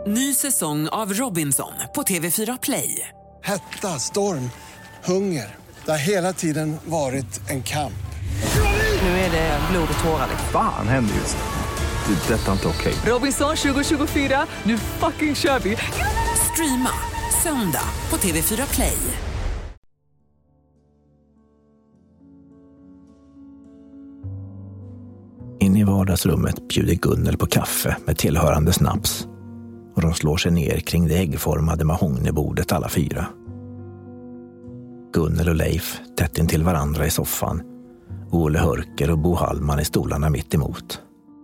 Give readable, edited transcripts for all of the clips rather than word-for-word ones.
Ny säsong av Robinson på TV4 Play. Hetta, storm, hunger. Det har hela tiden varit en kamp. Nu är det blod och tårar. Fan händer just nu. Det. Detta är inte okej. Robinson 2024, nu fucking kör vi. Streama söndag på TV4 Play. In i vardagsrummet bjuder Gunnel på kaffe med tillhörande snaps. Och de slår sig ner kring det äggformade mahognybordet alla fyra. Gunnel och Leif tätt in till varandra i soffan. Olle Hörker och Bo Hallman i stolarna mitt emot.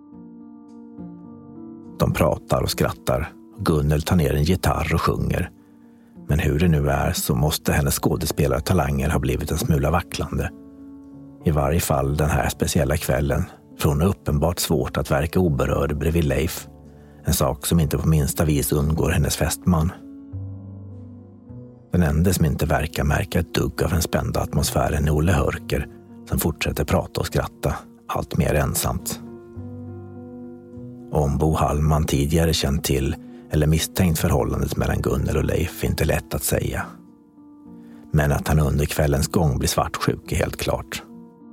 De pratar och skrattar. Gunnel tar ner en gitarr och sjunger. Men hur det nu är så måste hennes skådespelartalanger ha blivit en smula vacklande. I varje fall den här speciella kvällen. För hon är uppenbart svårt att verka oberörd bredvid Leif. En sak som inte på minsta vis undgår hennes fästman. Den enda som inte verkar märka ett dugg av den spända atmosfären är Olle Hörker, som fortsätter prata och skratta, allt mer ensamt. Om Bo Hallman tidigare känt till eller misstänkt förhållandet mellan Gunnel och Leif är inte lätt att säga. Men att han under kvällens gång blir svartsjuk är helt klart.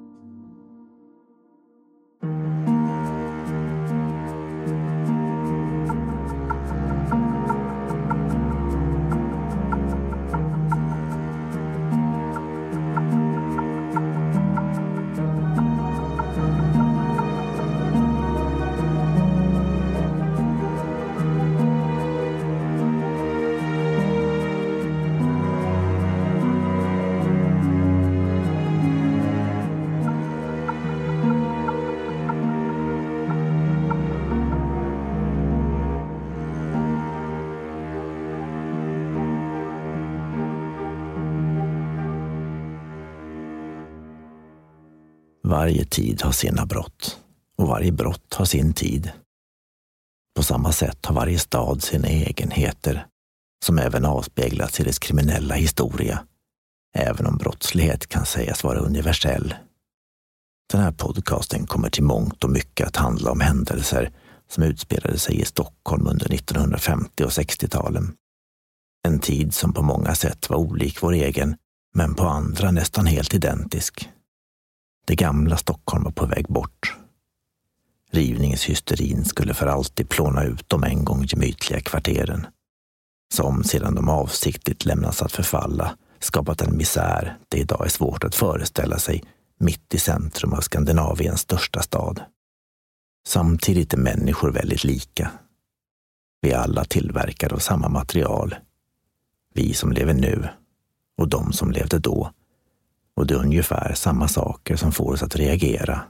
Varje tid har sina brott och varje brott har sin tid. På samma sätt har varje stad sina egenheter som även avspeglas i dess kriminella historia, även om brottslighet kan sägas vara universell. Den här podcasten kommer till mångt och mycket att handla om händelser som utspelade sig i Stockholm under 1950- och 60-talen. En tid som på många sätt var olik vår egen, men på andra nästan helt identisk. Det gamla Stockholm var på väg bort. Rivningshysterin skulle för alltid plåna ut de en gång gemytliga kvarteren, som sedan de avsiktligt lämnats att förfalla skapat en misär det idag är svårt att föreställa sig mitt i centrum av Skandinaviens största stad. Samtidigt är människor väldigt lika. Vi är alla tillverkade av samma material. Vi som lever nu och de som levde då. Och det är ungefär samma saker som får oss att reagera.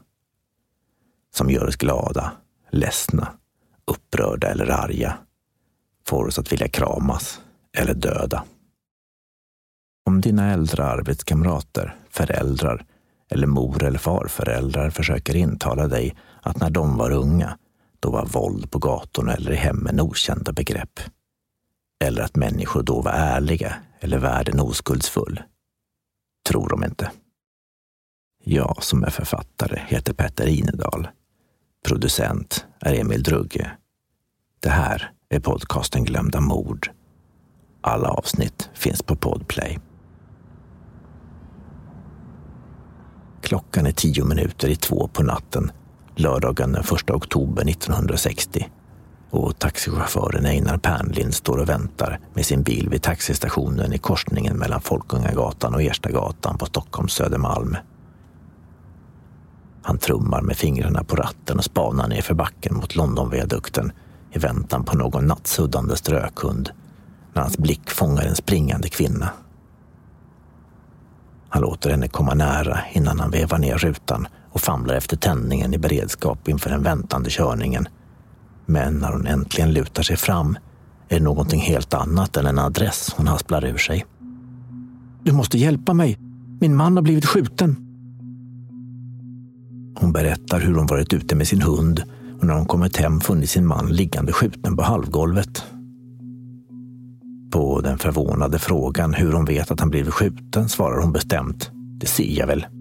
Som gör oss glada, ledsna, upprörda eller arga. Får oss att vilja kramas eller döda. Om dina äldre arbetskamrater, föräldrar eller mor- eller farföräldrar försöker intala dig att när de var unga, då var våld på gatorna eller i hemmen okända begrepp. Eller att människor då var ärliga eller världen oskuldsfull. Tror de inte. Jag som är författare heter Petter Inedal. Producent är Emil Drugge. Det här är podcasten Glömda mord. Alla avsnitt finns på Podplay. Klockan är 2:10 på natten, lördagen den 1 oktober 1960. Och taxichauffören Einar Pernlind står och väntar med sin bil vid taxistationen i korsningen mellan Folkungagatan och Erstagatan på Stockholms Södermalm. Han trummar med fingrarna på ratten och spanar ner för backen mot Londonviadukten i väntan på någon nattsuddande strökhund när hans blick fångar en springande kvinna. Han låter henne komma nära innan han vevar ner rutan och famlar efter tändningen i beredskap inför den väntande körningen. Men när hon äntligen lutar sig fram är det någonting helt annat än en adress hon hasplar ur sig. Du måste hjälpa mig. Min man har blivit skjuten. Hon berättar hur hon varit ute med sin hund och när hon kommit hem funnit sin man liggande skjuten på halvgolvet. På den förvånade frågan hur hon vet att han blivit skjuten svarar hon bestämt. Det ser jag väl.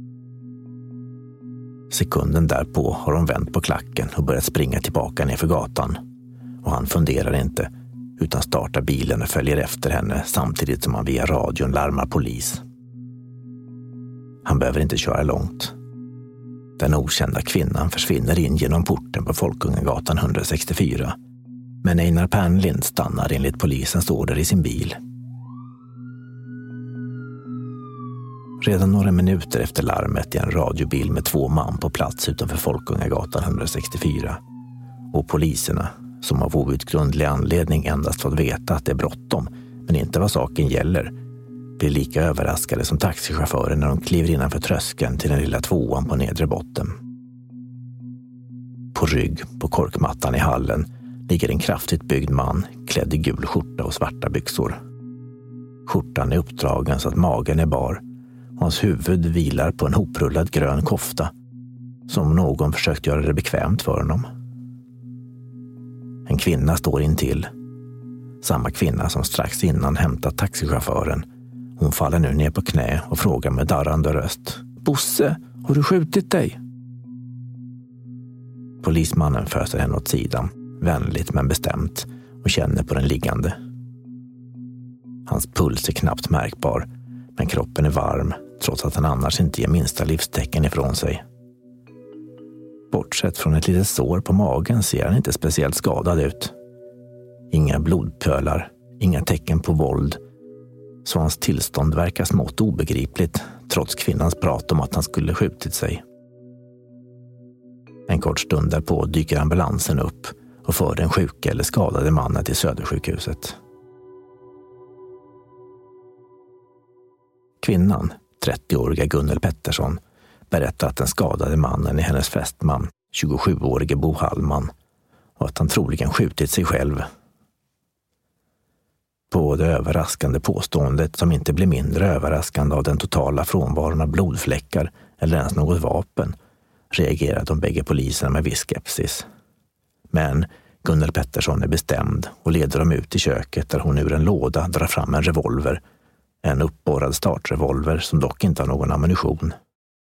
Sekunden därpå har hon vänt på klacken och börjat springa tillbaka nerför gatan. Och han funderar inte, utan startar bilen och följer efter henne samtidigt som han via radion larmar polis. Han behöver inte köra långt. Den okända kvinnan försvinner in genom porten på Folkungagatan 164. Men Einar Pernlind stannar enligt polisens order i sin bil. Redan några minuter efter larmet är en radiobil med 2 man på plats utanför Folkungagatan 164. Och poliserna, som av outgrundlig anledning endast fått veta att det är bråttom, men inte vad saken gäller, blir lika överraskade som taxichauffören när de kliver innanför tröskeln till den lilla 2:an på nedre botten. På rygg på korkmattan i hallen ligger en kraftigt byggd man klädd i gul skjorta och svarta byxor. Skjortan är uppdragen så att magen är bar och hans huvud vilar på en hoprullad grön kofta som någon försökt göra det bekvämt för honom. En kvinna står intill. Samma kvinna som strax innan hämtat taxichauffören. Hon faller nu ner på knä och frågar med darrande röst: Bosse, har du skjutit dig? Polismannen föser henne åt sidan, vänligt men bestämt, och känner på den liggande. Hans puls är knappt märkbar, men kroppen är varm trots att han annars inte ger minsta livstecken ifrån sig. Bortsett från ett litet sår på magen ser han inte speciellt skadad ut. Inga blodpölar, inga tecken på våld. Så hans tillstånd verkar smått obegripligt trots kvinnans prat om att han skulle skjutit sig. En kort stund därpå dyker ambulansen upp och för den sjuka eller skadade mannen till Södersjukhuset. Kvinnan, 30-åriga Gunnel Pettersson, berättar att den skadade mannen är hennes fästman, 27-årige Bo Hallman, och att han troligen skjutit sig själv. På det överraskande påståendet, som inte blir mindre överraskande av den totala frånvaron av blodfläckar eller ens något vapen, reagerar de bägge poliserna med viss skepsis. Men Gunnel Pettersson är bestämd och leder dem ut i köket där hon ur en låda drar fram en revolver. En uppborrad startrevolver som dock inte har någon ammunition.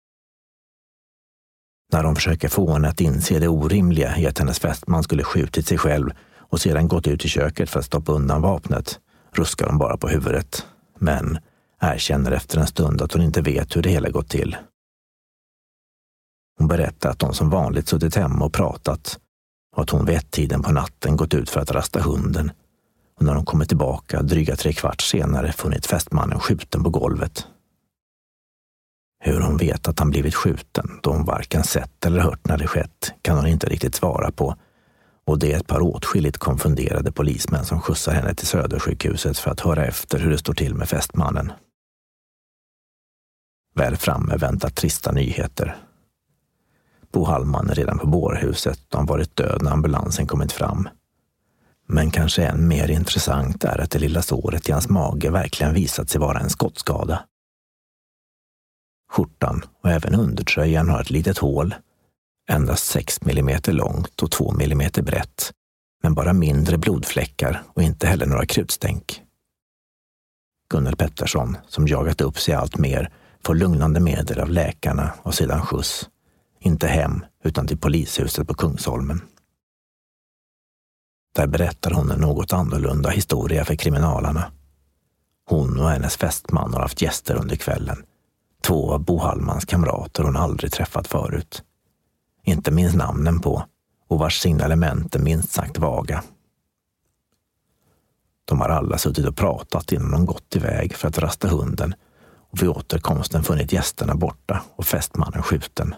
När de försöker få henne att inse det orimliga i att hennes fästman skulle skjutit sig själv och sedan gått ut i köket för att stoppa undan vapnet, ruskar de bara på huvudet. Men erkänner efter en stund att hon inte vet hur det hela gått till. Hon berättar att de som vanligt suttit hemma och pratat och att hon vid 1-tiden på natten gått ut för att rasta hunden. Och när de kommer tillbaka dryga 3/4 senare funnit fästmannen skjuten på golvet. Hur hon vet att han blivit skjuten, då hon varken sett eller hört när det skett, kan hon inte riktigt svara på. Och det är ett par åtskilligt konfunderade polismän som skjutsar henne till Södersjukhuset för att höra efter hur det står till med fästmannen. Väl framme väntar trista nyheter. Bo Hallman är redan på bårhuset och han varit död när ambulansen kommit fram. Men kanske än mer intressant är att det lilla såret i hans mage verkligen visat sig vara en skottskada. Skjortan och även undertröjan har ett litet hål, endast 6 millimeter långt och 2 millimeter brett, men bara mindre blodfläckar och inte heller några krutstänk. Gunnel Pettersson, som jagat upp sig allt mer, får lugnande medel av läkarna och sedan skjuts, inte hem utan till polishuset på Kungsholmen. Där berättar hon en något annorlunda historia för kriminalarna. Hon och hennes fästman har haft gäster under kvällen. 2 av Bo Hallmans kamrater hon aldrig träffat förut. Inte minst namnen på och vars signalement är minst sagt vaga. De har alla suttit och pratat innan de gått iväg för att rasta hunden och vid återkomsten funnit gästerna borta och fästmannen skjuten.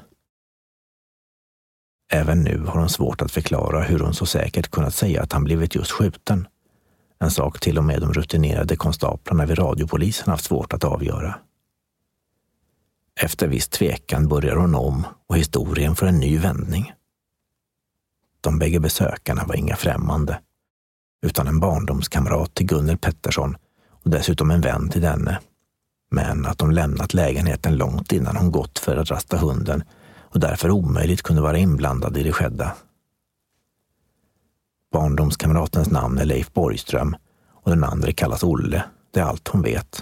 Även nu har hon svårt att förklara hur hon så säkert kunnat säga att han blivit just skjuten. En sak till och med de rutinerade konstaplarna vid radiopolisen haft svårt att avgöra. Efter viss tvekan börjar hon om och historien får en ny vändning. De bägge besökarna var inga främmande, utan en barndomskamrat till Gunnel Pettersson och dessutom en vän till denne. Men att de lämnat lägenheten långt innan hon gått för att rasta hunden och därför omöjligt kunde vara inblandade i det skedda. Barndomskamratens namn är Leif Borgström och den andra kallas Olle, det är allt hon vet.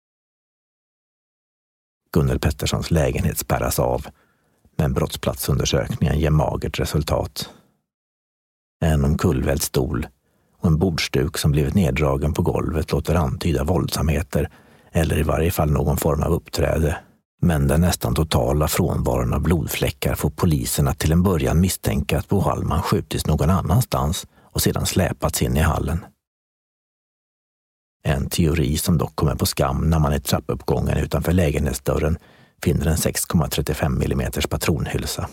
Gunnel Petterssons lägenhet spärras av, men brottsplatsundersökningen ger magert resultat. En omkullvält stol och en bordsduk som blivit neddragen på golvet låter antyda våldsamheter eller i varje fall någon form av uppträde. Men den nästan totala frånvaron av blodfläckar får polisen att till en början misstänka att Bo Hallman skjutits någon annanstans och sedan släpats in i hallen. En teori som dock kommer på skam när man i trappuppgången utanför lägenhetsdörren finner en 6,35 mm patronhylsa.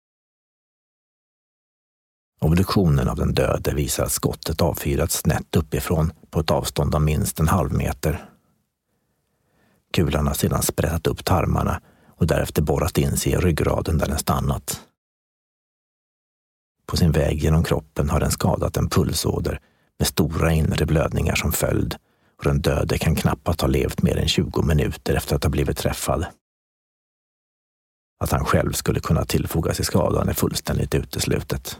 Obduktionen av den döde visar att skottet avfyrats snett uppifrån på ett avstånd av minst en halv meter. Kulan har sedan sprättat upp tarmarna och därefter borrat in sig i ryggraden där den stannat. På sin väg genom kroppen har den skadat en pulsåder med stora inre blödningar som följd och den döde kan knappast ha levt mer än 20 minuter efter att ha blivit träffad. Att han själv skulle kunna tillfoga sig skadan är fullständigt uteslutet.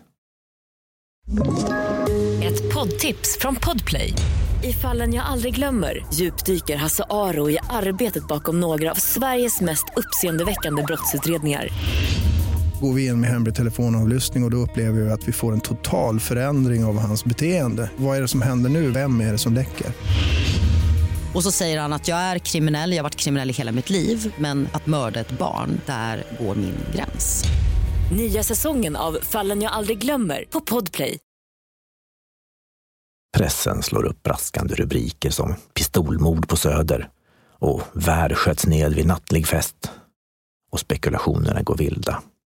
Ett poddtips från Podplay. I Fallen jag aldrig glömmer djupdyker Hasse Aro i arbetet bakom några av Sveriges mest uppseendeväckande brottsutredningar. Går vi in med hemlig telefonavlyssning och då upplever vi att vi får en total förändring av hans beteende. Vad är det som händer nu? Vem är det som läcker? Och så säger han att jag är kriminell, jag har varit kriminell i hela mitt liv, men att mörda ett barn, där går min gräns. Nya säsongen av Fallen jag aldrig glömmer på Podplay. Pressen slår upp braskande rubriker som pistolmord på Söder och värd sköts ned vid nattlig fest. Och spekulationerna går vilda.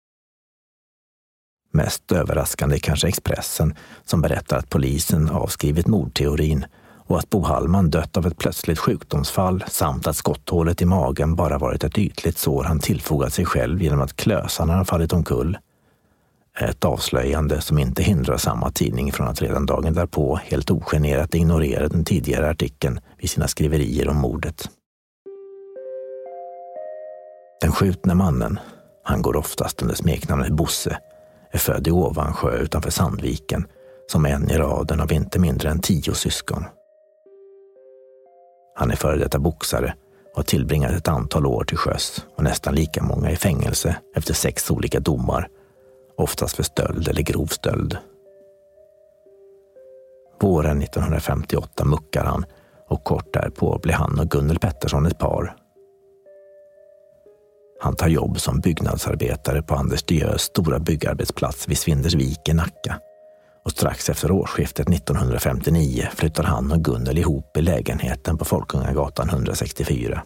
Mest överraskande är kanske Expressen som berättar att polisen avskrivit mordteorin och att Bo Hallman dött av ett plötsligt sjukdomsfall samt att skotthålet i magen bara varit ett ytligt sår han tillfogat sig själv genom att klösan har fallit omkull. Ett avslöjande som inte hindrar samma tidning från att redan dagen därpå helt ogenerat ignorera den tidigare artikeln vid sina skriverier om mordet. Den skjutne mannen, han går oftast under smeknamnet Bosse, är född i Ovansjö utanför Sandviken som en i raden av inte mindre än 10 syskon. Han är före detta boxare och har tillbringat ett antal år till sjöss och nästan lika många i fängelse efter 6 olika domar, oftast för stöld eller grov stöld. Våren 1958 muckar han och kort därpå blir han och Gunnel Pettersson ett par. Han tar jobb som byggnadsarbetare på Anders Diös stora byggarbetsplats vid Svindersvik i Nacka. Och strax efter årsskiftet 1959 flyttar han och Gunnel ihop i lägenheten på Folkungagatan 164.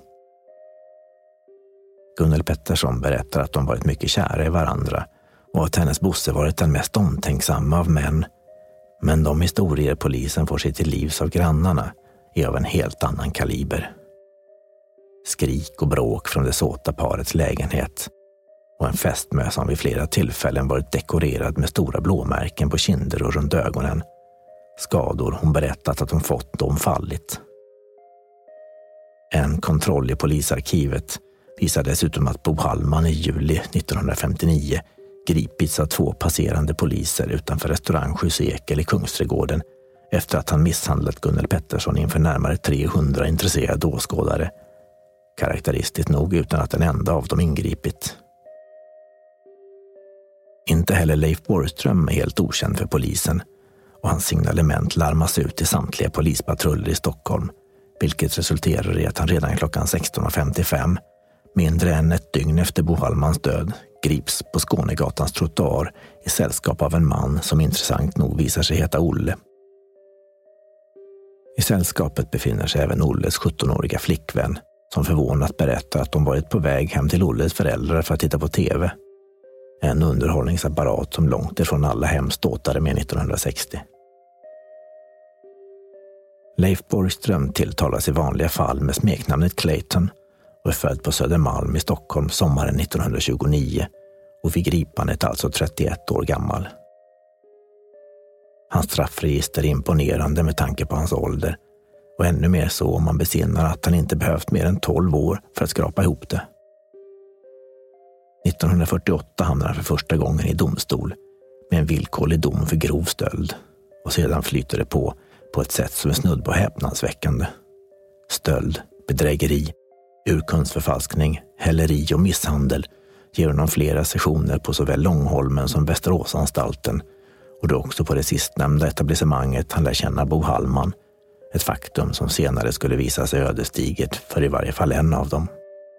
Gunnel Pettersson berättar att de varit mycket kära i varandra och att hennes Bosse varit den mest omtänksamma av män. Men de historier polisen får sig till livs av grannarna är av en helt annan kaliber. Skrik och bråk från det såta parets lägenhet och en fästmö som vid flera tillfällen varit dekorerad med stora blåmärken på kinder och runt ögonen. Skador hon berättat att hon fått då hon fallit. En kontroll i polisarkivet visar dessutom att Bo Hallman i juli 1959 gripits av 2 passerande poliser utanför restaurang Skysekel i Kungsträdgården efter att han misshandlat Gunnel Pettersson inför närmare 300 intresserade åskådare. Karaktäristiskt nog utan att en enda av dem ingripit. Inte heller Leif Borgström är helt okänd för polisen och hans signalement larmas ut till samtliga polispatruller i Stockholm, vilket resulterar i att han redan klockan 16.55, mindre än ett dygn efter Bo Hallmans död, grips på Skånegatans trottoar i sällskap av en man som intressant nog visar sig heta Olle. I sällskapet befinner sig även Olles 17-åriga flickvän som förvånat berättar att de varit på väg hem till Olles föräldrar för att titta på tv. En underhållningsapparat som långt ifrån alla hem ståtade med 1960. Leif Borgström tilltalas i vanliga fall med smeknamnet Clayton och är född på Södermalm i Stockholm sommaren 1929 och vid gripandet alltså 31 år gammal. Hans straffregister är imponerande med tanke på hans ålder och ännu mer så om man besinnar att han inte behövt mer än 12 år för att skrapa ihop det. 1948 hamnar han för första gången i domstol med en villkorlig dom för grov stöld och sedan flyter det på ett sätt som är snudd på häpnadsväckande. Stöld, bedrägeri, urkundsförfalskning, häleri och misshandel ger honom flera sessioner på såväl Långholmen som Västeråsanstalten Och det är också på det sistnämnda etablissemanget han lär känna Bo Hallman. Ett faktum som senare skulle visa sig ödesdigert för i varje fall en av dem.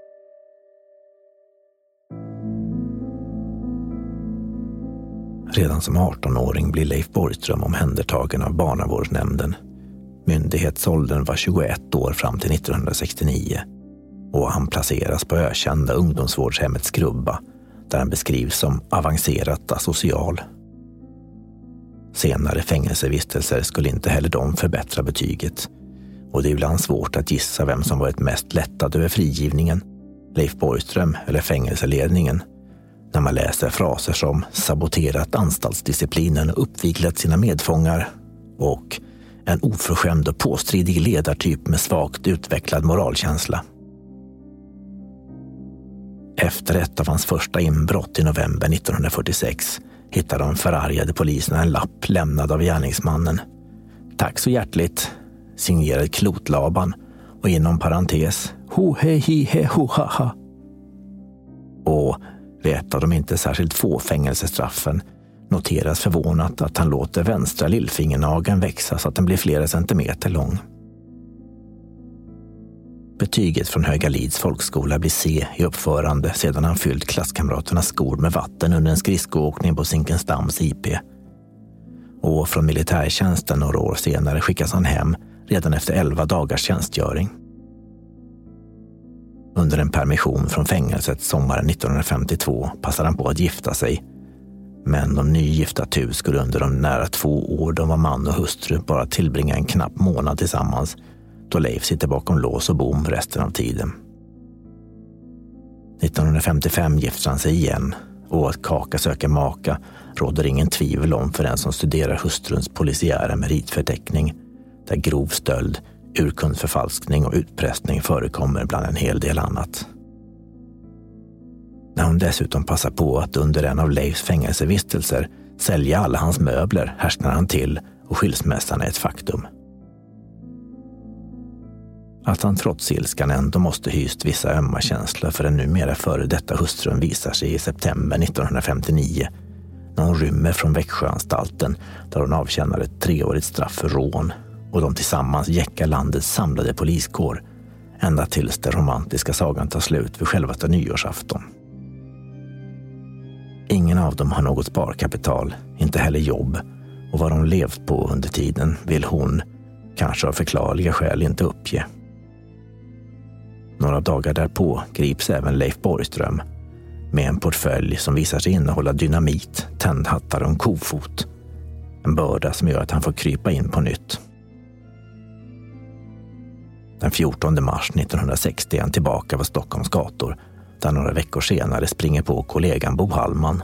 Redan som 18-åring blir Leif Borgström omhändertagen av barnavårdsnämnden. Myndighetsåldern var 21 år fram till 1969 och han placeras på ökända ungdomsvårdshemmet Skrubba där han beskrivs som avancerat asocial. Senare fängelsevistelser skulle inte heller de förbättra betyget och det är ibland svårt att gissa vem som varit mest lättad över frigivningen, Leif Borgström eller fängelseledningen, när man läser fraser som saboterat anstaltsdisciplinen och uppviglat sina medfångar och en oförskämd och påstridig ledartyp med svagt utvecklad moralkänsla. Efter ett av hans första inbrott i november 1946 hittade de förargade poliserna en lapp lämnad av gärningsmannen. Tack så hjärtligt, signerad Klotlaban och inom parentes ho he hi he ho ha ha. Och vid ett av de inte särskilt få fängelsestraffen noteras förvånat att han låter vänstra lillfingernageln växa så att den blir flera centimeter lång. Betyget från Höga Lids folkskola blir C i uppförande sedan han fyllt klasskamraternas skor med vatten under en skridskoåkning på Zinkensdamms IP. Och från militärtjänsten några år senare skickas han hem redan efter 11 dagars tjänstgöring. Under en permission från fängelset sommaren 1952 passade han på att gifta sig. Men de nygifta Tu skulle under de nära 2 år de var man och hustru bara tillbringa en knapp månad tillsammans, då Leif sitter bakom lås och bom resten av tiden. 1955 gifter han sig igen och att Kaka söker maka råder ingen tvivel om för den som studerar hustruns polisiära meritförteckning, där grov stöld, urkundsförfalskning och utpressning förekommer bland en hel del annat. När hon dessutom passar på att under en av Leifs fängelsevistelser sälja alla hans möbler härsknar han till och skilsmässan är ett faktum. Att han trots ilskan ändå måste hyst vissa ömma känslor för den numera före detta hustrun visar sig i september 1959 när hon rymmer från Växjöanstalten där hon avtjänar ett 3-årigt straff för rån och de tillsammans jäckar landets samlade poliskår ända tills den romantiska sagan tar slut vid självaste nyårsafton. Ingen av dem har något sparkapital, inte heller jobb, och vad de levt på under tiden vill hon, kanske av förklarliga skäl, inte uppge. Några dagar därpå grips även Leif Borgström med en portfölj som visar sig innehålla dynamit, tändhattar och en kofot. En börda som gör att han får krypa in på nytt. Den 14 mars 1960 är han tillbaka på Stockholms gator där några veckor senare springer på kollegan Bo Hallman.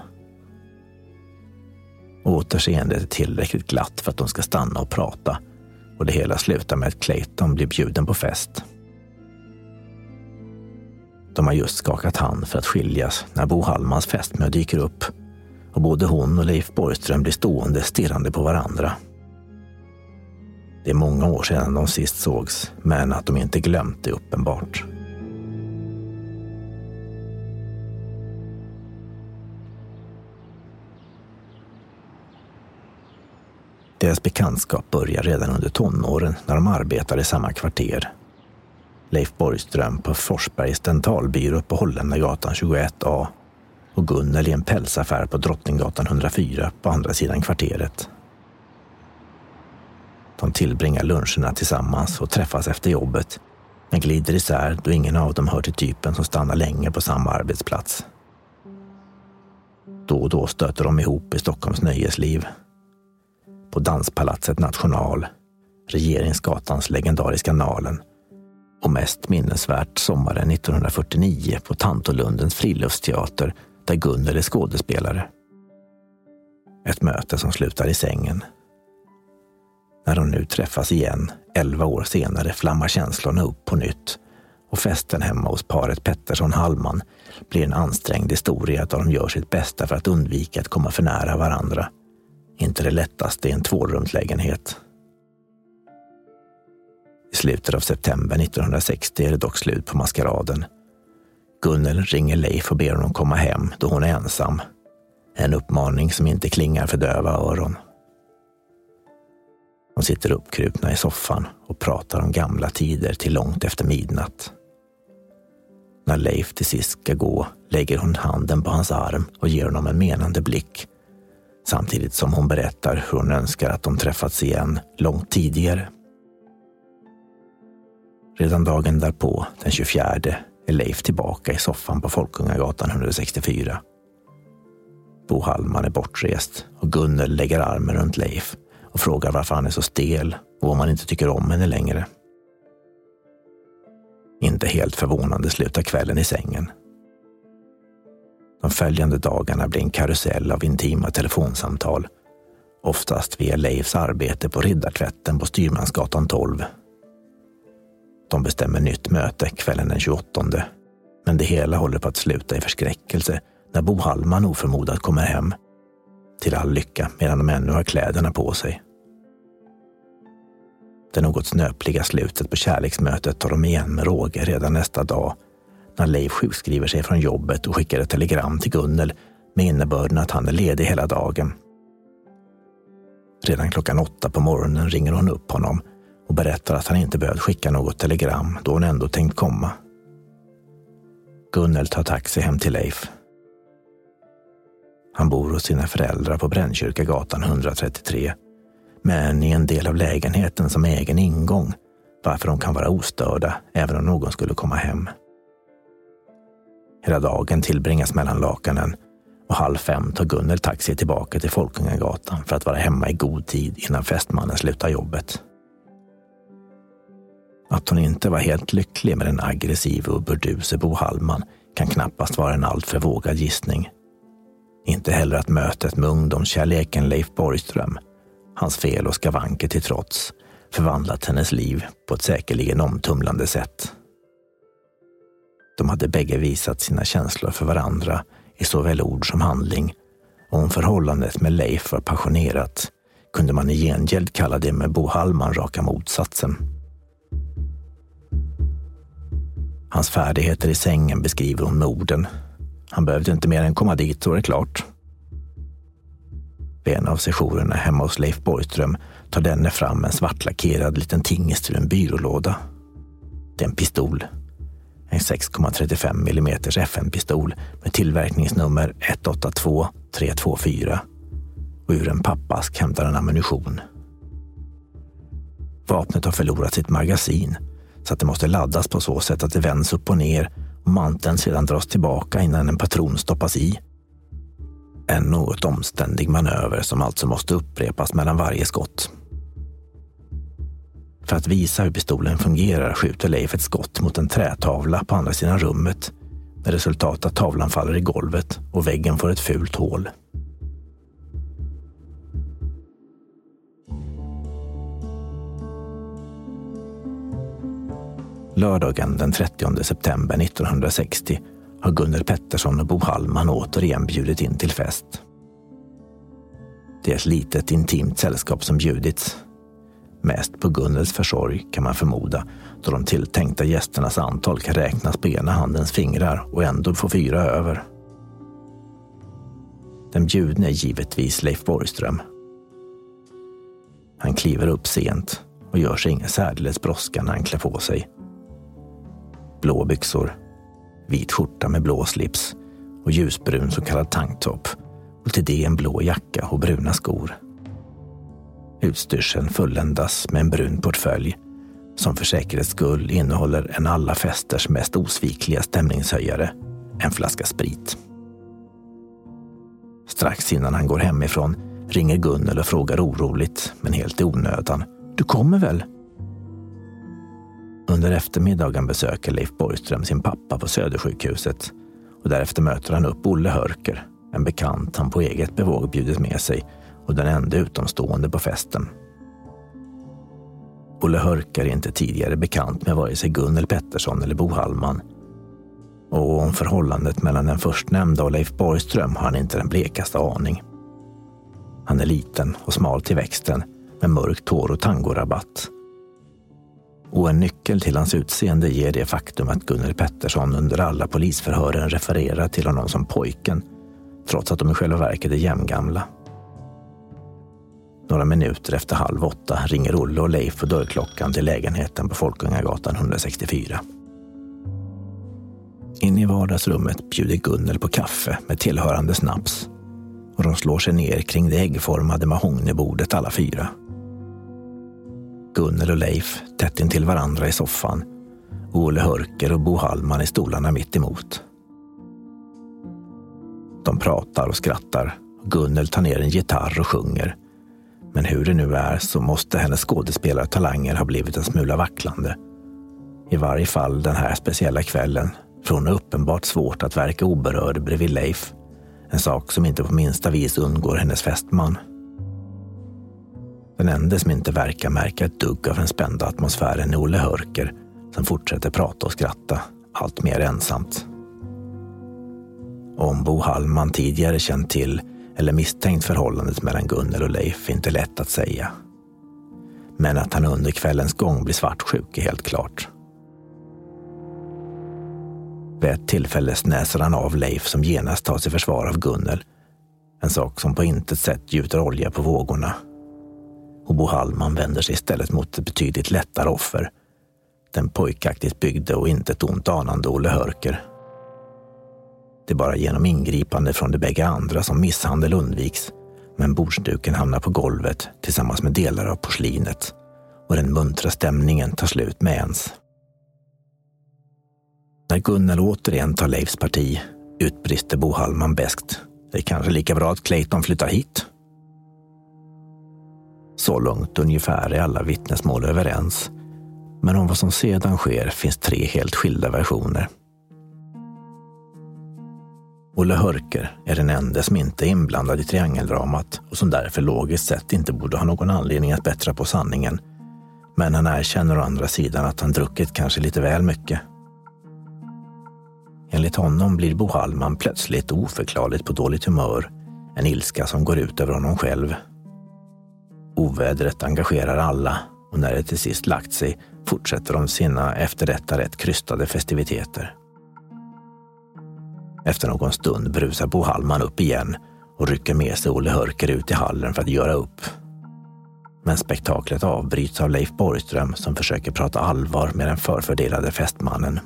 Återseendet är tillräckligt glatt för att de ska stanna och prata och det hela slutar med att Clayton blir bjuden på fest. De har just skakat hand för att skiljas när Bo Hallmans fästmö dyker upp och både hon och Leif Borgström blir stående stirrande på varandra. Det är många år sedan de sist sågs, men att de inte glömt det uppenbart. Deras bekantskap börjar redan under tonåren när de arbetar i samma kvarter. Leif Borgström på Forsbergs dentalbyrå på Holländargatan 21A och Gunnel i en pälsaffär på Drottninggatan 104 på andra sidan kvarteret. De tillbringar luncherna tillsammans och träffas efter jobbet, men glider isär då ingen av dem hör till typen som stannar länge på samma arbetsplats. Då och då stöter de ihop i Stockholms nöjesliv. På Danspalatset National, Regeringsgatans legendariska Nalen och mest minnesvärt sommaren 1949 på Tantolundens friluftsteater där Gunnel är skådespelare. Ett möte som slutar i sängen. När de nu träffas igen, 11 år senare, flammar känslorna upp på nytt och festen hemma hos paret Pettersson-Hallman blir en ansträngd historia där de gör sitt bästa för att undvika att komma för nära varandra. Inte det lättaste i en 2-rumslägenhet. I slutet av september 1960 är det dock slut på maskeraden. Gunnel ringer Leif och ber honom komma hem då hon är ensam. En uppmaning som inte klingar för döva öron. De sitter uppkrupna i soffan och pratar om gamla tider till långt efter midnatt. När Leif till sist ska gå lägger hon handen på hans arm och ger honom en menande blick, samtidigt som hon berättar hur hon önskar att de träffats igen långt tidigare. Redan dagen därpå, den 24, är Leif tillbaka i soffan på Folkungagatan 164. Bo Hallman är bortrest och Gunnel lägger armen runt Leif och frågar varför han är så stel och om han inte tycker om henne längre. Inte helt förvånande slutar kvällen i sängen. De följande dagarna blir en karusell av intima telefonsamtal, oftast via Leifs arbete på Riddartvätten på Styrmansgatan 12. De bestämmer nytt möte kvällen den 28, men det hela håller på att sluta i förskräckelse när Bo Hallman oförmodat kommer hem, till all lycka medan de ännu har kläderna på sig. Det något snöpliga slutet på kärleksmötet tar de igen med råge redan nästa dag, när Leif sjukskriver sig från jobbet och skickar ett telegram till Gunnel med innebörden att han är ledig hela dagen. Redan klockan 8 på morgonen ringer hon upp honom och berättar att han inte behövt skicka något telegram då hon ändå tänkt komma. Gunnel tar taxi hem till Leif. Han bor hos sina föräldrar på Brännkyrkagatan 133, men i en del av lägenheten som egen ingång, varför de kan vara ostörda även om någon skulle komma hem. Hela dagen tillbringas mellan lakanen och 4:30 tar Gunnel taxi tillbaka till Folkungagatan för att vara hemma i god tid innan fästmannen slutar jobbet. Att hon inte var helt lycklig med den aggressiva och burduse Bo Hallman kan knappast vara en alltför vågad gissning. Inte heller att mötet med ungdomskärleken Leif Borgström, hans fel och skavanker till trots, förvandlat hennes liv på ett säkerligen omtumlande sätt. De hade bägge visat sina känslor för varandra i såväl ord som handling, och om förhållandet med Leif var passionerat kunde man i gengäld kalla det med Bo Hallman raka motsatsen. Hans färdigheter i sängen beskriver hon med orden: han behövde inte mer än komma dit så är det klart. Vid en av sessionerna hemma hos Leif Borgström tar denne fram en svartlackerad liten tingest ur en byrålåda. Det är en pistol. En 6,35 mm FN-pistol med tillverkningsnummer 182324, och ur en pappask hämtar en ammunition. Vapnet har förlorat sitt magasin, så att det måste laddas på så sätt att det vänds upp och ner och manteln sedan dras tillbaka innan en patron stoppas i. En något omständig manöver som alltså måste upprepas mellan varje skott. För att visa hur pistolen fungerar skjuter Leif ett skott mot en trätavla på andra sidan rummet, med resultat att tavlan faller i golvet och väggen får ett fult hål. Lördagen den 30 september 1960 har Gunnel Pettersson och Bo Hallman återigen bjudit in till fest. Det är ett litet intimt sällskap som bjudits. Mest på Gunnels försorg kan man förmoda, då de tilltänkta gästernas antal kan räknas på ena handens fingrar och ändå få 4 över. Den bjudne är givetvis Leif Borgström. Han kliver upp sent och gör sig ingen särdeles brådska när han klär på sig. Blå byxor, vit skjorta med blå slips och ljusbrun så kallad tanktop, och till det en blå jacka och bruna skor. Utstyrseln fulländas med en brun portfölj som för säkerhets skull innehåller en alla festers mest osvikliga stämningshöjare, en flaska sprit. Strax innan han går hemifrån ringer Gunnel och frågar oroligt, men helt i onödan: du kommer väl? Under eftermiddagen besöker Leif Borgström sin pappa på Södersjukhuset, och därefter möter han upp Olle Hörker, en bekant han på eget bevåg bjudit med sig och den enda utomstående på festen. Olle Hörker är inte tidigare bekant med vare sig Gunnel Pettersson eller Bo Hallman, och om förhållandet mellan den förstnämnda och Leif Borgström har han inte den blekaste aning. Han är liten och smal till växten med mörkt hår och tangorabatt. Och en nyckel till hans utseende ger det faktum att Gunnel Pettersson under alla polisförhören refererar till honom som pojken, trots att de i själva verket är jämngamla. Några minuter efter 7:30 ringer Olle och Leif på dörrklockan till lägenheten på Folkungagatan 164. In i vardagsrummet bjuder Gunnel på kaffe med tillhörande snaps och de slår sig ner kring det äggformade mahognybordet alla fyra. Gunnel och Leif tätt in till varandra i soffan och Olle Hörker och Bo Hallman i stolarna mitt emot. De pratar och skrattar och Gunnel tar ner en gitarr och sjunger. Men hur det nu är så måste hennes skådespelartalanger ha blivit en smula vacklande. I varje fall den här speciella kvällen, för hon är uppenbart svårt att verka oberörd bredvid Leif. En sak som inte på minsta vis undgår hennes fästman. Den enda som inte verkar märka ett dugg av den spända atmosfären är Olle Hörker som fortsätter prata och skratta, allt mer ensamt. Om Bo Hallman tidigare känt till eller misstänkt förhållandet mellan Gunnel och Leif är inte lätt att säga. Men att han under kvällens gång blir svartsjuk är helt klart. Vid ett tillfälle snäser han av Leif som genast tar sig försvar av Gunnel. En sak som på intet sätt gjuter olja på vågorna. Och Bo Hallman vänder sig istället mot ett betydligt lättare offer. Den pojkaktigt byggde och inte ett ont anande Olle Hörker. Det är bara genom ingripande från de bägge andra som misshandel undviks, men bordsduken hamnar på golvet tillsammans med delar av porslinet och den muntra stämningen tar slut med ens. När Gunnel återigen tar Leifs parti utbrister Bo Hallman beskt: "Det är kanske lika bra att Clayton flyttar hit." Så långt ungefär är alla vittnesmål överens, men om vad som sedan sker finns 3 helt skilda versioner. Olle Hörker är den enda som inte är inblandad i triangeldramat och som därför logiskt sett inte borde ha någon anledning att bättra på sanningen. Men han erkänner å andra sidan att han druckit kanske lite väl mycket. Enligt honom blir Bo Hallman plötsligt oförklarligt på dåligt humör, en ilska som går ut över honom själv. Ovädret engagerar alla och när det till sist lagt sig fortsätter de sina efter detta rätt krystade festiviteter. Efter någon stund brusar Bo Hallman upp igen och rycker med sig Olle Hörker ut i hallen för att göra upp. Men spektaklet avbryts av Leif Borgström som försöker prata allvar med den förfördelade fästmannen.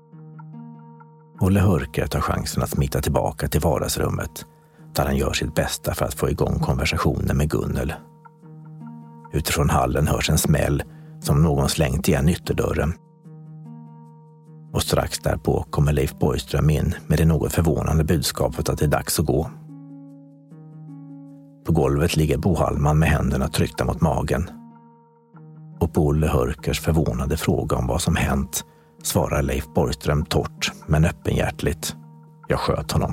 Olle Hörker tar chansen att smita tillbaka till vardagsrummet där han gör sitt bästa för att få igång konversationen med Gunnel. Utifrån hallen hörs en smäll som någon slängt igen ytterdörren. Och strax därpå kommer Leif Borgström in med det något förvånande budskapet att det är dags att gå. På golvet ligger Bo Hallman med händerna tryckta mot magen. Och på Olle Hörkers förvånade fråga om vad som hänt svarar Leif Borgström torrt men öppenhjärtligt: "Jag sköt honom."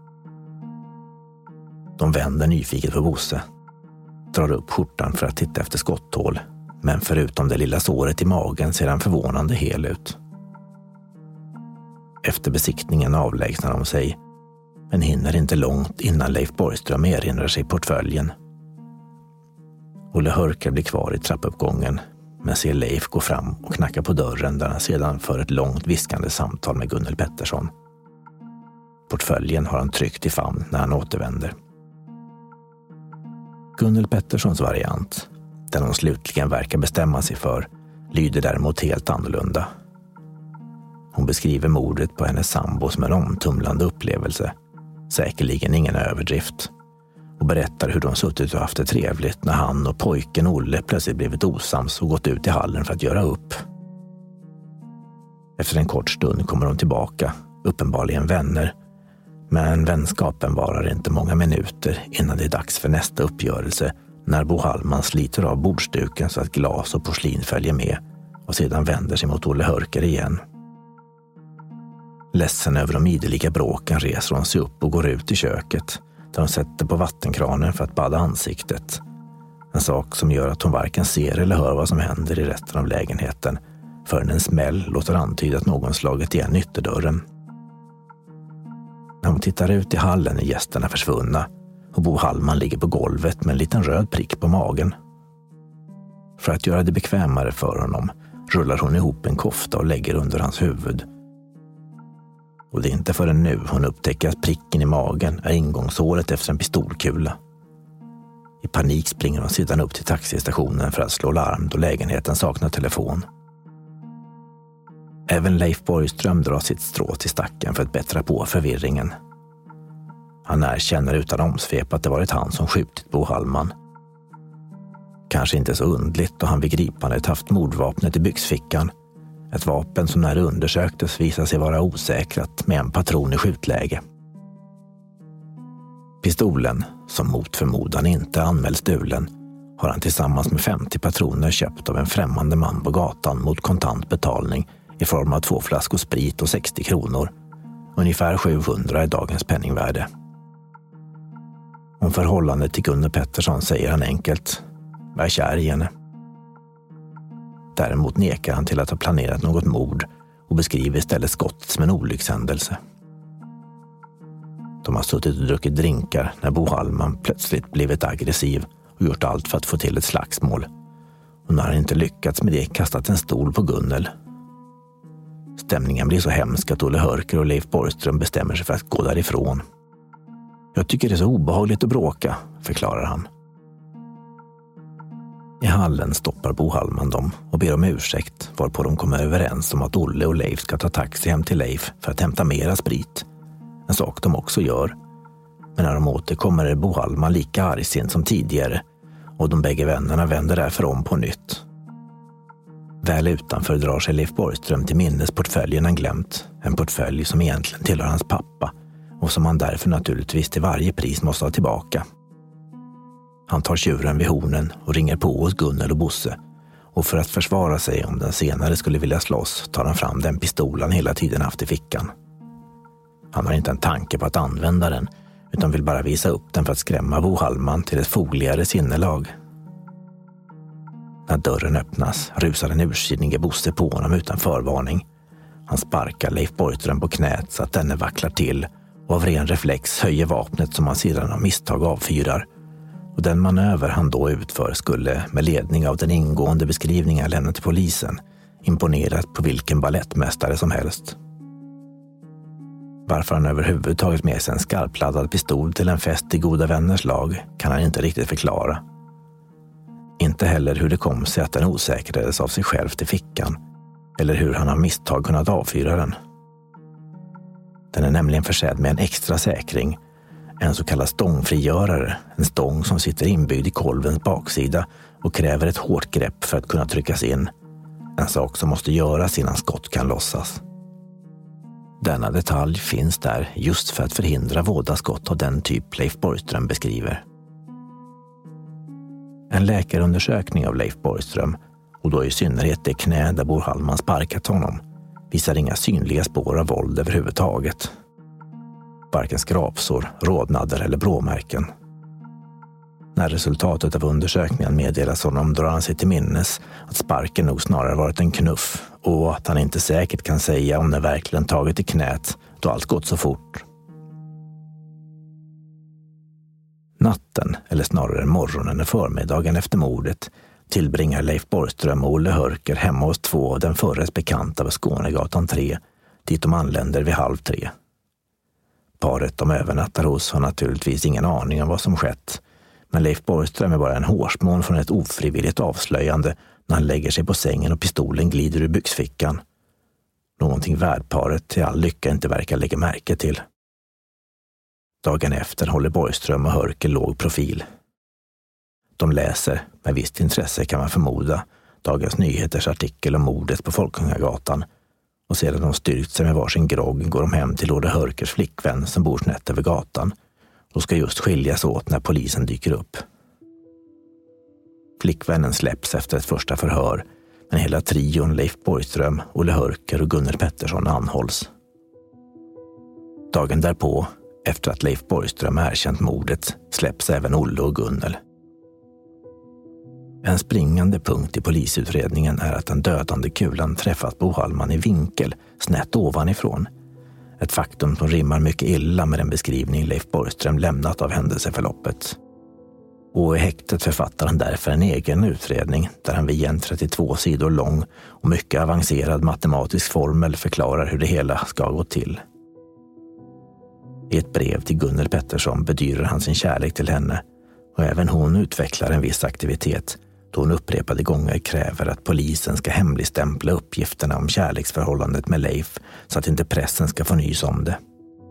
De vänder nyfiket på Bosse, drar upp skjortan för att titta efter skotthål, men förutom det lilla såret i magen ser han förvånande hel ut. Efter besiktningen avlägsnar de sig, men hinner inte långt innan Leif Borgström erinrar sig portföljen. Olle Hörker blir kvar i trappuppgången, men ser Leif gå fram och knacka på dörren där han sedan för ett långt viskande samtal med Gunnel Pettersson. Portföljen har han tryckt i famn när han återvänder. Gunnel Petterssons variant, den hon slutligen verkar bestämma sig för, lyder däremot helt annorlunda. Hon beskriver mordet på hennes sambo som en omtumlande upplevelse, säkerligen ingen överdrift, och berättar hur de suttit och haft det trevligt när han och pojken Olle plötsligt blivit osams och gått ut i hallen för att göra upp. Efter en kort stund kommer de tillbaka, uppenbarligen vänner, men vänskapen varar inte många minuter innan det är dags för nästa uppgörelse när Bo Hallman sliter av bordsduken så att glas och porslin följer med och sedan vänder sig mot Olle Hörker igen. Ledsen över de ideliga bråken reser hon sig upp och går ut i köket där hon sätter på vattenkranen för att badda ansiktet. En sak som gör att hon varken ser eller hör vad som händer i resten av lägenheten förrän en smäll låter antyda att någon slagit igen ytterdörren. När hon tittar ut i hallen är gästerna försvunna och Bo Hallman ligger på golvet med en liten röd prick på magen. För att göra det bekvämare för honom rullar hon ihop en kofta och lägger under hans huvud. Och det är inte förrän nu hon upptäcker att pricken i magen är ingångshålet efter en pistolkula. I panik springer de sedan upp till taxistationen för att slå larm då lägenheten saknar telefon. Även Leif Borgström drar sitt strå till stacken för att bättra på förvirringen. Han erkänner utan omsvep att det varit han som skjutit Bo Hallman. Kanske inte så undligt då han vid gripandet haft mordvapnet i byxfickan. Ett vapen som när det undersöktes visade sig vara osäkrat med en patron i skjutläge. Pistolen, som mot förmodan inte anmäls stulen, har han tillsammans med 50 patroner köpt av en främmande man på gatan mot kontant betalning i form av 2 flaskor sprit och 60 kronor. Ungefär 700 i dagens penningvärde. Om förhållandet till Gunnar Pettersson säger han enkelt: jag är kär i henne. Däremot nekar han till att ha planerat något mord och beskriver istället skottet som en olyckshändelse. De har suttit och druckit drinkar när Bo Hallman plötsligt blivit aggressiv och gjort allt för att få till ett slagsmål. Och när han inte lyckats med det kastat en stol på Gunnel. Stämningen blir så hemsk att Olle Hörker och Leif Borgström bestämmer sig för att gå därifrån. Jag tycker det är så obehagligt att bråka, förklarar han. I hallen stoppar Bo Hallman dem och ber om ursäkt, varpå de kommer överens om att Olle och Leif ska ta taxi hem till Leif för att hämta mera sprit. En sak de också gör. Men när de återkommer är Bo Hallman lika argsint som tidigare och de bägge vännerna vänder därför om på nytt. Väl utanför drar sig Leif Borgström till minnes portföljen han glömt. En portfölj som egentligen tillhör hans pappa och som han därför naturligtvis till varje pris måste ha tillbaka. Han tar tjuren vid hornen och ringer på hos Gunnel och Bosse. Och för att försvara sig om den senare skulle vilja slåss tar han fram den pistol han hela tiden haft i fickan. Han har inte en tanke på att använda den utan vill bara visa upp den för att skrämma Bo Hallman till ett fogligare sinnelag. När dörren öppnas rusar den ursinnige Bosse på honom utan förvarning. Han sparkar Leif Borgström på knät så att denne vacklar till och av ren reflex höjer vapnet som han sedan av misstag avfyrar. Och den manöver han då utför skulle, med ledning av den ingående beskrivningen lämnad till polisen, imponerat på vilken ballettmästare som helst. Varför han överhuvudtaget med sig en skarpladdad pistol till en fest i goda vänners lag kan han inte riktigt förklara. Inte heller hur det kom sig att den osäkrades av sig själv till fickan, eller hur han av misstag kunnat avfyra den. Den är nämligen försedd med en extra säkring, en så kallad stångfrigörare, en stång som sitter inbyggd i kolvens baksida och kräver ett hårt grepp för att kunna tryckas in. En sak som måste göras innan skott kan lossas. Denna detalj finns där just för att förhindra vådaskott av den typ Leif Borgström beskriver. En läkarundersökning av Leif Borgström, och då i synnerhet det knä där Bo Hallman sparkat honom, visar inga synliga spår av våld överhuvudtaget. Varken skrapsår, rodnader eller blåmärken. När resultatet av undersökningen meddelas honom drar han sig till minnes att sparken nog snarare varit en knuff och att han inte säkert kan säga om den verkligen tagit i knät då allt gått så fort. Natten, eller snarare morgonen och förmiddagen efter mordet, tillbringar Leif Borgström och Olle Hörker hemma hos 2 av den förres bekanta vid Skånegatan 3, dit de anländer vid 2:30. Paret de övernattar hos har naturligtvis ingen aning om vad som skett, men Leif Borgström är bara en hårsmån från ett ofrivilligt avslöjande när han lägger sig på sängen och pistolen glider ur byxfickan. Någonting värdparet till all lycka inte verkar lägga märke till. Dagen efter håller Borgström och Hörker låg profil. De läser, med visst intresse kan man förmoda, Dagens Nyheters artikel om mordet på Folkungagatan och sedan de styrkt sig med varsin grogg går de hem till Olle Hörkers flickvän som bor snett över gatan. De ska just skiljas åt när polisen dyker upp. Flickvännen släpps efter ett första förhör, men hela trion Leif Borgström, Olle Hörker och Gunnar Pettersson anhålls. Dagen därpå, efter att Leif Borgström erkänt mordet, släpps även Olle och Gunnel. En springande punkt i polisutredningen är att den dödande kulan träffat Bo Hallman i vinkel, snett ovanifrån. Ett faktum som rimmar mycket illa med den beskrivning Leif Borgström lämnat av händelseförloppet. Och i häktet författar han därför en egen utredning där han via en 32 sidor lång och mycket avancerad matematisk formel förklarar hur det hela ska gå till. I ett brev till Gunnar Pettersson bedyrar han sin kärlek till henne Och även hon utvecklar en viss aktivitet då hon upprepade gånger kräver att polisen ska hemligstämpla uppgifterna om kärleksförhållandet med Leif så att inte pressen ska få nys om det.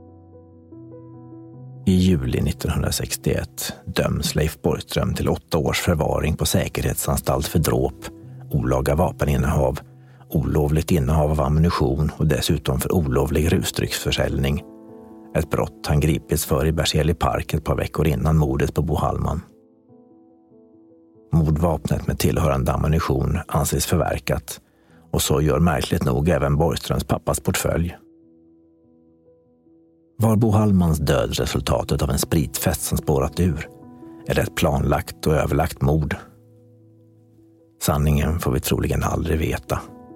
I juli 1961 döms Leif Borgström till 8 års förvaring på säkerhetsanstalt för dråp, olaga vapeninnehav, olovligt innehav av ammunition och dessutom för olovlig rusdrycksförsäljning. Ett brott han gripits för i Berzelii park ett par veckor innan mordet på Bo Hallman. Mordvapnet med tillhörande ammunition anses förverkat och så gör märkligt nog även Borgströms pappas portfölj. Var Bo Hallmans död resultatet av en spritfest som spårat ur? Eller ett planlagt och överlagt mord? Sanningen får vi troligen aldrig veta.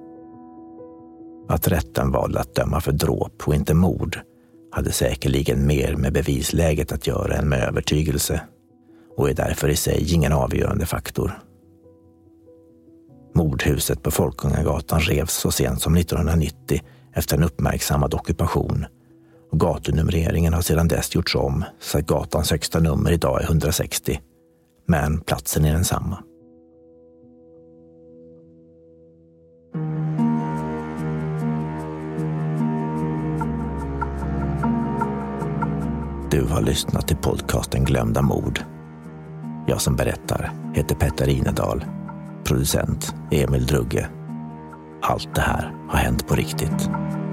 Att rätten valde att döma för dråp och inte mord hade säkerligen mer med bevisläget att göra än med övertygelse och är därför i sig ingen avgörande faktor. Mordhuset på Folkungagatan revs så sent som 1990 efter en uppmärksammad ockupation och gatunumreringen har sedan dess gjorts om så att gatans högsta nummer idag är 160, men platsen är densamma. Du har lyssnat till podcasten Glömda mord. Jag som berättar heter Petter Inedal. Producent Emil Drugge. Allt det här har hänt på riktigt.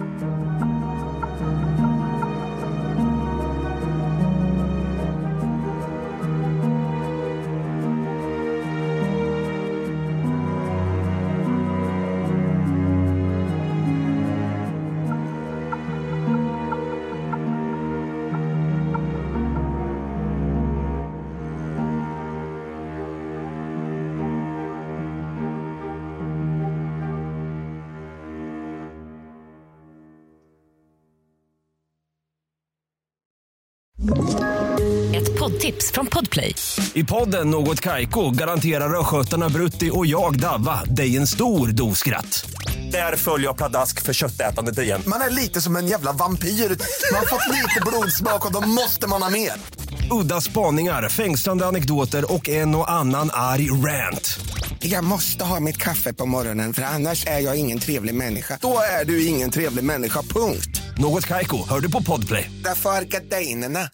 Ett poddtips från Podplay. I podden Något Kaiko garanterar röskötarna Brutti och jag Davva dig en stor doskratt. Där följer jag pladask för köttätandet igen. Man är lite som en jävla vampyr. Man har fått lite blodsmak och då måste man ha mer. Udda spaningar, fängslande anekdoter och en och annan arg rant. Jag måste ha mitt kaffe på morgonen för annars är jag ingen trevlig människa. Då är du ingen trevlig människa, punkt. Något Kaiko, hör du på Podplay. Därför är gardinerna.